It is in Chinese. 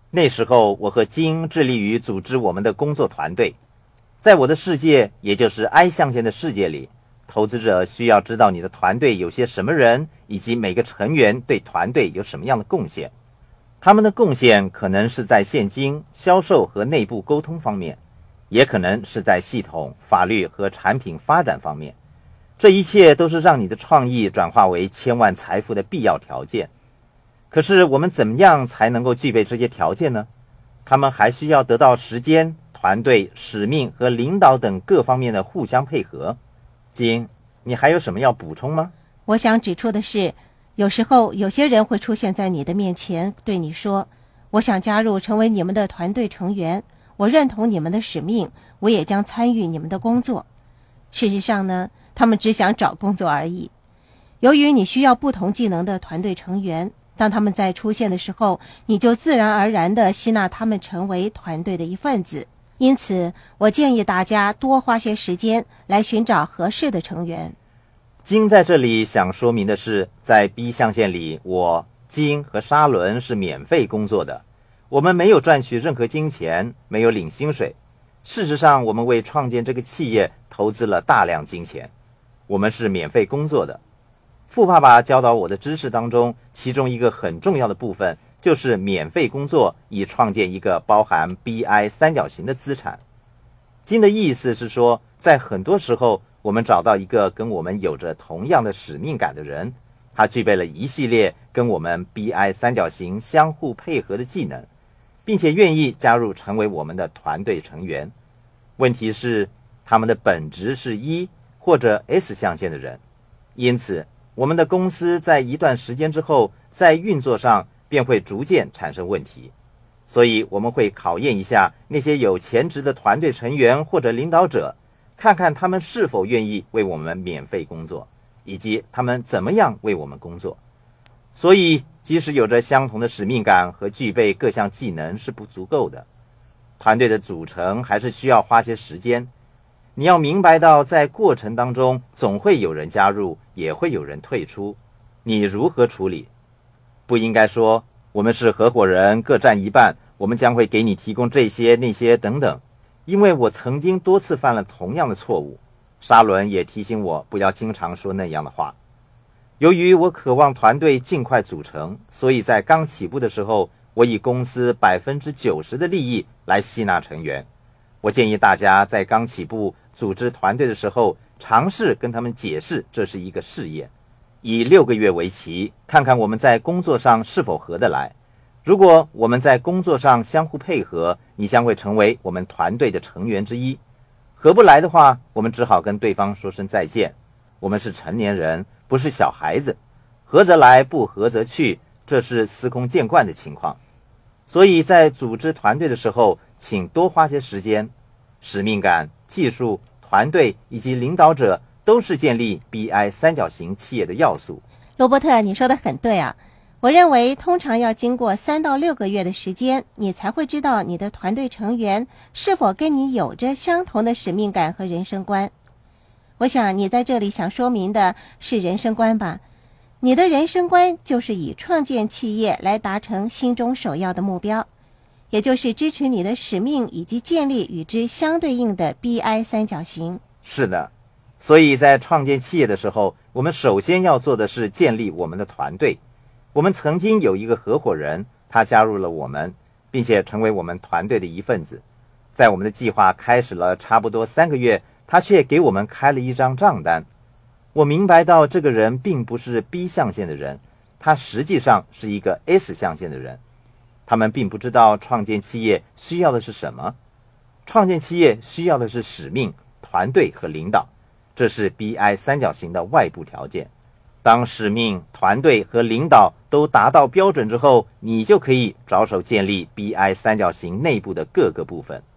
那时候我和金致力于组织我们的工作团队。在我的世界，也就是 I 象限的世界里，投资者需要知道你的团队有些什么人，以及每个成员对团队有什么样的贡献。他们的贡献可能是在现金、销售和内部沟通方面，也可能是在系统、法律和产品发展方面。这一切都是让你的创意转化为千万财富的必要条件。可是我们怎么样才能够具备这些条件呢？他们还需要得到时间、团队、使命和领导等各方面的互相配合。金，你还有什么要补充吗？ 我想指出的是，有时候有些人会出现在你的面前，对你说，我想加入成为你们的团队成员，我认同你们的使命，我也将参与你们的工作。事实上呢，他们只想找工作而已。由于你需要不同技能的团队成员，当他们在出现的时候，你就自然而然地吸纳他们成为团队的一份子。因此，我建议大家多花些时间来寻找合适的成员。 金在这里想说明的是，在 B 象限里，我、金和沙伦是免费工作的，我们没有赚取任何金钱，没有领薪水。事实上，我们为创建这个企业投资了大量金钱，我们是免费工作的。富爸爸教导我的知识当中，其中一个很重要的部分就是免费工作以创建一个包含 BI 三角形的资产。金的意思是说，在很多时候我们找到一个跟我们有着同样的使命感的人，他具备了一系列跟我们 BI 三角形相互配合的技能，并且愿意加入成为我们的团队成员。问题是，他们的本质是 E 或者 S 象限的人，因此我们的公司在一段时间之后，在运作上便会逐渐产生问题。所以我们会考验一下那些有潜质的团队成员或者领导者，看看他们是否愿意为我们免费工作，以及他们怎么样为我们工作。所以即使有着相同的使命感和具备各项技能是不足够的，团队的组成还是需要花些时间。你要明白到，在过程当中总会有人加入，也会有人退出，你如何处理？不应该说我们是合伙人，各占一半，我们将会给你提供这些那些等等，因为我曾经多次犯了同样的错误。沙伦也提醒我不要经常说那样的话。由于我渴望团队尽快组成，所以在刚起步的时候，我以公司 90% 的利益来吸纳成员。我建议大家在刚起步组织团队的时候，尝试跟他们解释这是一个试验，以6个月为期，看看我们在工作上是否合得来。如果我们在工作上相互配合，你将会成为我们团队的成员之一。合不来的话，我们只好跟对方说声再见。我们是成年人，不是小孩子，合则来，不合则去，这是司空见惯的情况。所以在组织团队的时候，请多花些时间。使命感、技术、团队以及领导者都是建立 BI 三角形企业的要素。 罗伯特，你说的很对啊。我认为通常要经过3到6个月的时间，你才会知道你的团队成员是否跟你有着相同的使命感和人生观。我想你在这里想说明的是人生观吧？你的人生观就是以创建企业来达成心中首要的目标，也就是支持你的使命以及建立与之相对应的 BI 三角形。 是的，所以在创建企业的时候，我们首先要做的是建立我们的团队。我们曾经有一个合伙人，他加入了我们，并且成为我们团队的一份子。在我们的计划开始了差不多3个月，他却给我们开了一张账单。我明白到这个人并不是 B 象限的人，他实际上是一个 S 象限的人。他们并不知道创建企业需要的是什么。创建企业需要的是使命、团队和领导，这是 BI 三角形的外部条件。当使命、团队和领导都达到标准之后，你就可以着手建立 BI 三角形内部的各个部分。